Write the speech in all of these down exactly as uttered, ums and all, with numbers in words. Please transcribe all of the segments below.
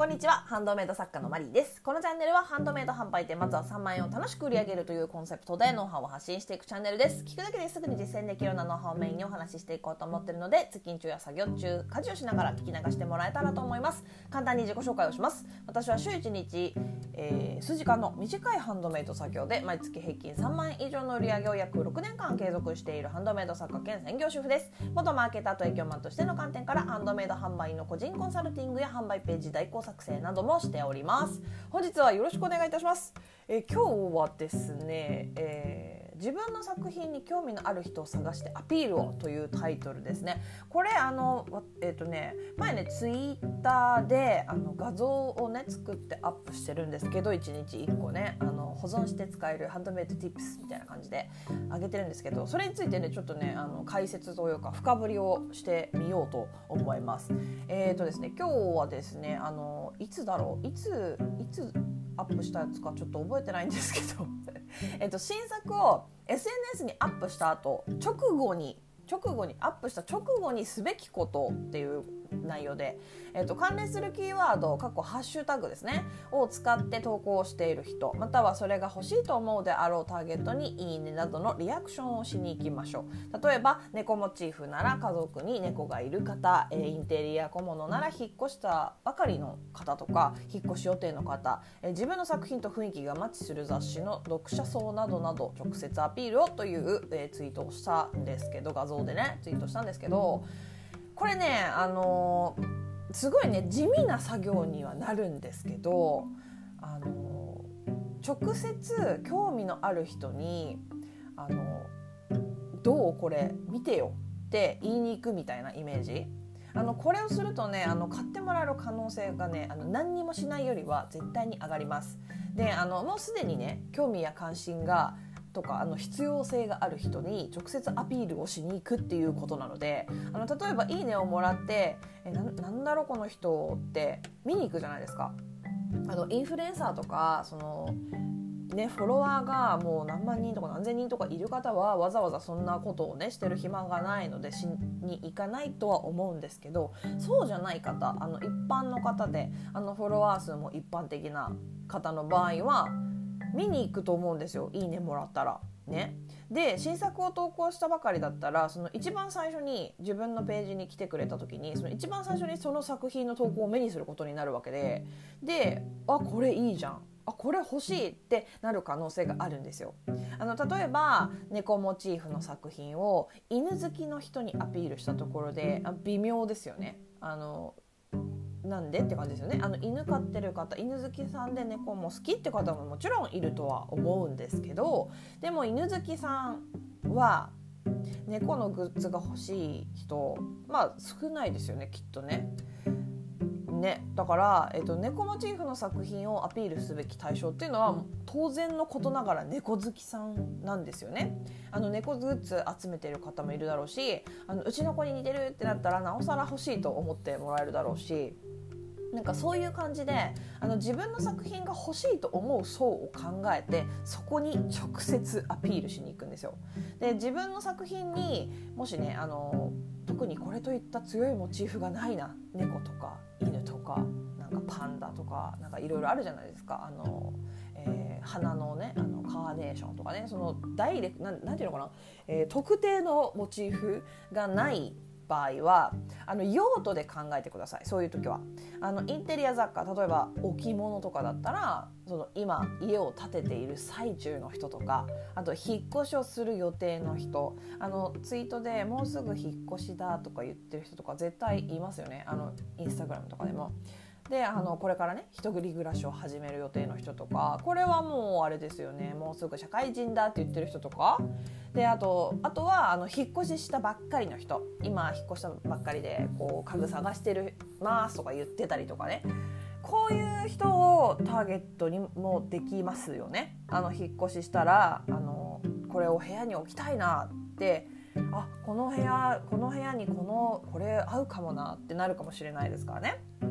こんにちは、ハンドメイド作家のマリーです。このチャンネルはハンドメイド販売店まずはさんまんえんを楽しく売り上げるというコンセプトでノウハウを発信していくチャンネルです。聞くだけですぐに実践できるようなノウハウをメインにお話ししていこうと思っているので、通勤中や作業中、家事をしながら聞き流してもらえたらと思います。簡単に自己紹介をします。私は週いちにち、えー、数時間の短いハンドメイド作業で毎月平均さんまんえん以上の売り上げを約ろくねんかん継続しているハンドメイド作家兼専業主婦です。元マーケターと営業マンとしての観点からハンドメイド販売の個人コンサルティングや販売ページ代行作成などもしております。本日はよろしくお願いいたします。えー、今日はですね、えー、自分の作品に興味のある人を探してアピールをというタイトルですね。これあの、えーとね、前ねツイッターであの画像をね作ってアップしてるんですけど、いちにちいっこねあの保存して使えるハンドメイド Tips みたいな感じで上げてるんですけど、それについてねちょっとねあの解説というか深掘りをしてみようと思います。えーとですね今日はですねあのいつだろういついつアップしたやつかちょっと覚えてないんですけどえっと新作を エスエヌエス にアップした後直後に直後にアップした直後にすべきことっていう内容で、えー、と関連するキーワード、過去ハッシュタグですねを使って投稿している人、またはそれが欲しいと思うであろうターゲットにいいねなどのリアクションをしに行きましょう。例えば猫モチーフなら家族に猫がいる方、えー、インテリア小物なら引っ越したばかりの方とか引っ越し予定の方、えー、自分の作品と雰囲気がマッチする雑誌の読者層などなど直接アピールをという、えー、ツイートをしたんですけど、画像でねツイートしたんですけど、これねあのー、すごいね地味な作業にはなるんですけど、あのー、直接興味のある人にあのー、どうこれ見てよって言いに行くみたいなイメージ。あのこれをするとねあの買ってもらえる可能性がねあの何にもしないよりは絶対に上がります。であのもうすでにね興味や関心がとかあの必要性がある人に直接アピールをしに行くっていうことなので、あの例えばいいねをもらってえ な, なんだろうこの人って見に行くじゃないですか。あのインフルエンサーとかそのね、フォロワーがもう何万人とか何千人とかいる方はわざわざそんなことをねしてる暇がないのでしに行かないとは思うんですけど、そうじゃない方、あの一般の方であのフォロワー数も一般的な方の場合は見に行くと思うんですよ。いいねもらったらね。で新作を投稿したばかりだったらその一番最初に自分のページに来てくれた時にその一番最初にその作品の投稿を目にすることになるわけで、であこれいいじゃん、あこれ欲しいってなる可能性があるんですよ。あの例えば猫モチーフの作品を犬好きの人にアピールしたところであ微妙ですよね。あのなんでって感じですよね。あの犬飼ってる方、犬好きさんで猫も好きって方ももちろんいるとは思うんですけど、でも犬好きさんは猫のグッズが欲しい人まあ少ないですよねきっとね。ね、だから、えっと、猫モチーフの作品をアピールすべき対象っていうのは当然のことながら猫好きさんなんですよね。あの猫グッズ集めてる方もいるだろうし、あのうちの子に似てるってなったらなおさら欲しいと思ってもらえるだろうし、なんかそういう感じであの自分の作品が欲しいと思う層を考えてそこに直接アピールしに行くんですよ。で自分の作品にもしねあの特にこれといった強いモチーフがないな、猫とか犬とかなんかパンダとかなんかいろいろあるじゃないですか。あの、えー、花のねあのカーネーションとかね、そのダイレクト な, なんていうのかな、えー、特定のモチーフがない場合はあの用途で考えてください。そういう時はあのインテリア雑貨、例えば置物とかだったらその今家を建てている最中の人とか、あと引っ越しをする予定の人、あのツイートでもうすぐ引っ越しだとか言ってる人とか絶対いますよね。あのインスタグラムとかでも。であのこれからね一人暮らしを始める予定の人とか、これはもうあれですよね、もうすぐ社会人だって言ってる人とかで、あとあとはあの引っ越ししたばっかりの人、今引っ越したばっかりでこう家具探してるますとか言ってたりとかね、こういう人をターゲットにもできますよね。あの引っ越ししたらあのこれを部屋に置きたいなって、あこの部屋この部屋にこのこれ合うかもなってなるかもしれないですからね。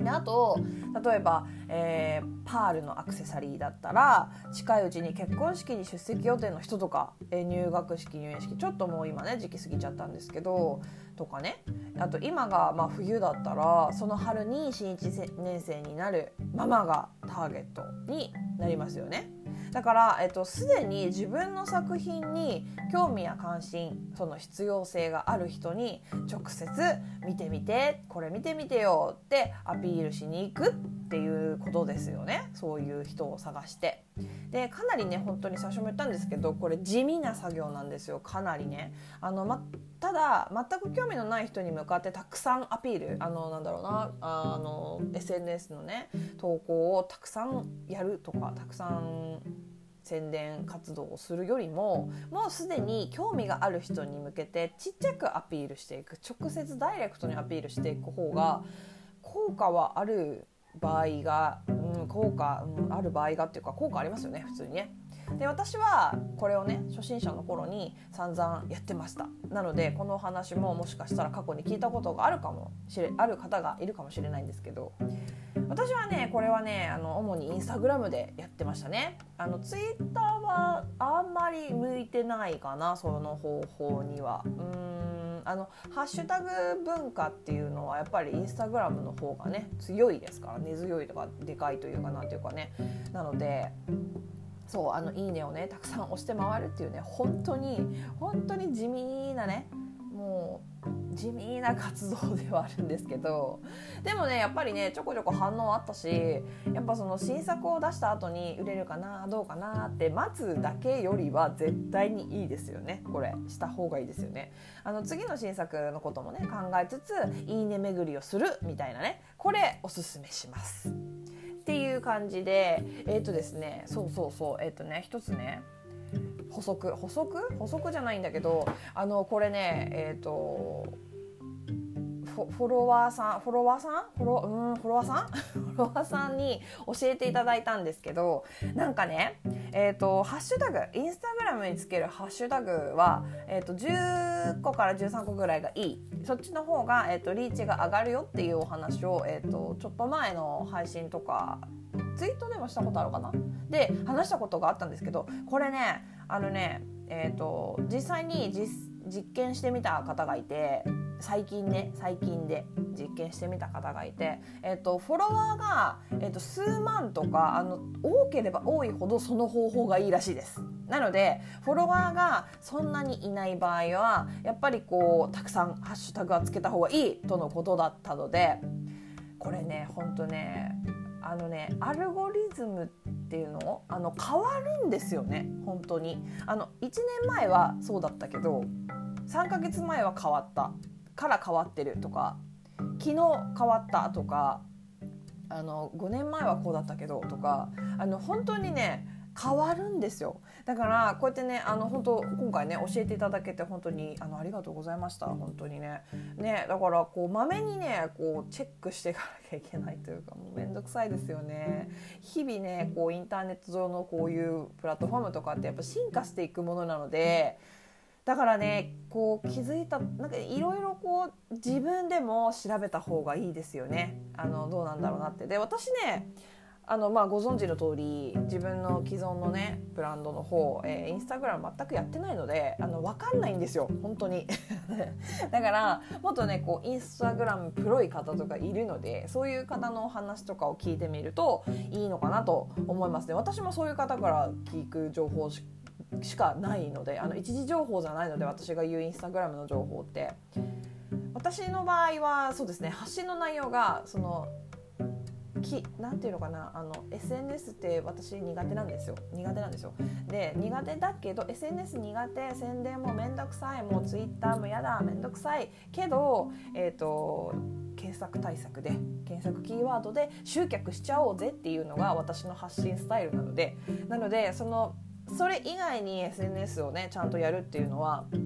であと例えば、えー、パールのアクセサリーだったら近いうちに結婚式に出席予定の人とか、えー、入学式入園式ちょっともう今ね時期過ぎちゃったんですけどとかね、あと今がまあ冬だったらその春に新いちねん生になるママがターゲットになりますよね。だから、えっと、すでに自分の作品に興味や関心、その必要性がある人に直接見てみて、これ見てみてよってアピールしに行くっていうことですよね。そういう人を探して。で、かなりね、本当に最初も言ったんですけど、これ地味な作業なんですよ。かなりね。あの、ま、ただ、全く興味のない人に向かってたくさんアピール、あの、なんだろうな、あの、エスエヌエス のね、投稿をたくさんやるとか、たくさん宣伝活動をするよりも、もうすでに興味がある人に向けてちっちゃくアピールしていく、直接ダイレクトにアピールしていく方が効果はある場合が、うん、効果、うん、ある場合がっていうか効果ありますよね、普通にね。で、私はこれをね初心者の頃に散々やってました。なのでこの話ももしかしたら過去に聞いたことがあるかもしれある方がいるかもしれないんですけど、私はねこれはねあの主にインスタグラムでやってましたね。あのツイッターはあんまり向いてないかな、その方法には。うーんあのハッシュタグ文化っていうのはやっぱりインスタグラムの方がね強いですから、根強いとかでかいというかなんていうかね。なのでそうあのいいねをねたくさん押して回るっていうね、本当に本当に地味なね、もう地味な活動ではあるんですけど、でもねやっぱりねちょこちょこ反応あったし、やっぱその新作を出した後に売れるかなどうかなって待つだけよりは絶対にいいですよね。これした方がいいですよね。あの次の新作のこともね考えつついいね巡りをするみたいなね、これおすすめしますっていう感じで、えっとですねそうそうそうえっとね一つね補足補足補足じゃないんだけど、あのこれねえっとフォ、フォロワーさんフォロワーさんフォロ、うん、フォロワーさんフォロワーさんに教えていただいたんですけど、なんかねえっとハッシュタグインスタグラムにつけるハッシュタグは、えっとじゅっこからじゅうさんこぐらいがいい、そっちの方が、えっとリーチが上がるよっていうお話を、えっとちょっと前の配信とかツイートでもしたことあるかなで話したことがあったんですけど、これねあのねえっと実際に 実, 実験してみた方がいて、最近ね最近で実験してみた方がいて、えっとフォロワーが、えっと数万とかあの多ければ多いほどその方法がいいらしいです。なのでフォロワーがそんなにいない場合はやっぱりこうたくさんハッシュタグはつけた方がいいとのことだったので、これねほんとねあのねアルゴリズムっていうのあの変わるんですよね。本当にあのいちねんまえはそうだったけどさんかげつまえは変わったから変わってるとか、昨日変わったとか、あのごねんまえはこうだったけどとか、あの本当にね変わるんですよ。だからこうやってねあの本当今回ね教えていただけて本当にあのありがとうございました。本当にねねだからこうまめにねこうチェックしていかなきゃいけないというか、もうめんどくさいですよね。日々ねこうインターネット上のこういうプラットフォームとかってやっぱ進化していくものなので、だからねこう気づいたなんかいろいろこう自分でも調べた方がいいですよね。あのどうなんだろうなって。で私ねあのまあご存知の通り自分の既存のねブランドの方、えー、インスタグラム全くやってないのであの分かんないんですよ本当にだからもっとねこうインスタグラムプロい方とかいるので、そういう方のお話とかを聞いてみるといいのかなと思いますね。私もそういう方から聞く情報ししかないので、あの一時情報じゃないので、私が言うインスタグラムの情報って私の場合はそうですね、発信の内容がそのきなんていうのかな、あの エスエヌエス って私苦手なんですよ苦手なんですよで苦手だけど エスエヌエス 苦手、宣伝もめんどくさい、もう Twitter もやだめんどくさいけど、えーと検索対策で検索キーワードで集客しちゃおうぜっていうのが私の発信スタイルなのでなのでそのそれ以外に エスエヌエス をねちゃんとやるっていうのはプ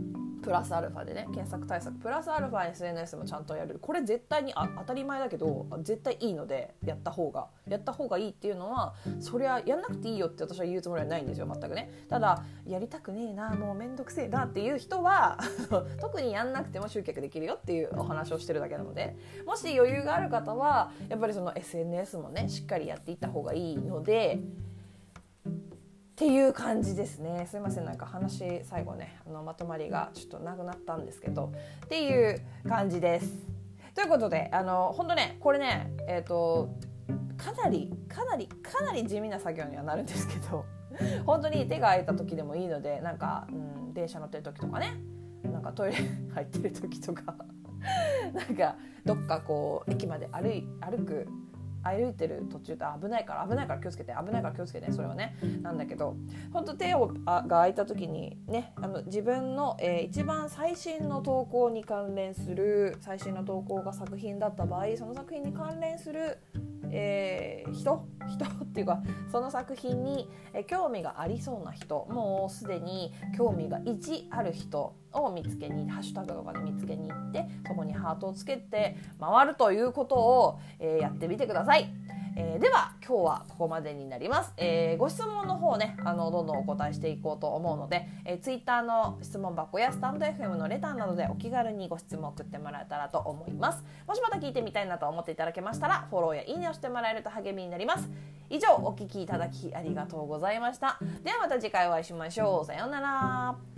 プラスアルファでね、検索対策プラスアルファ エスエヌエス もちゃんとやれる。これ絶対にあ当たり前だけど絶対いいので、やった方がやった方がいいっていうのは、そりゃやんなくていいよって私は言うつもりはないんですよ、全くね。ただやりたくねえな、もうめんどくせえなっていう人は特にやんなくても集客できるよっていうお話をしてるだけなので、もし余裕がある方はやっぱりその エスエヌエス もねしっかりやっていった方がいいのでっていう感じですね。すいません、なんか話最後ねあのまとまりがちょっとなくなったんですけどっていう感じです。ということであの本当ねこれねえっとかなりかなりかなり地味な作業にはなるんですけど本当に手が空いた時でもいいので、なんか、うん、電車乗ってる時とかね、なんかトイレ入ってる時とかなんかどっかこう駅まで歩い歩く歩いてる途中で危ないから危ないから気をつけて危ないから気をつけてそれはねなんだけど、本当手をあが空いた時にねあの自分の、えー、一番最新の投稿に関連する最新の投稿が作品だった場合、その作品に関連する、えー、人人っていうかその作品に、えー、興味がありそうな人、もうすでに興味がいちある人を見つけにハッシュタグとかで見つけに行って、そこにハートをつけて回るということを、えー、やってみてください。えー、では今日はここまでになります。えー、ご質問の方ねあのどんどんお答えしていこうと思うので、えー、Twitter の質問箱やスタンド エフエム のレターなどでお気軽にご質問を送ってもらえたらと思います。もしまた聞いてみたいなと思っていただけましたらフォローやいいねをしてもらえると励みになります。以上お聞きいただきありがとうございました。ではまた次回お会いしましょう。さようなら。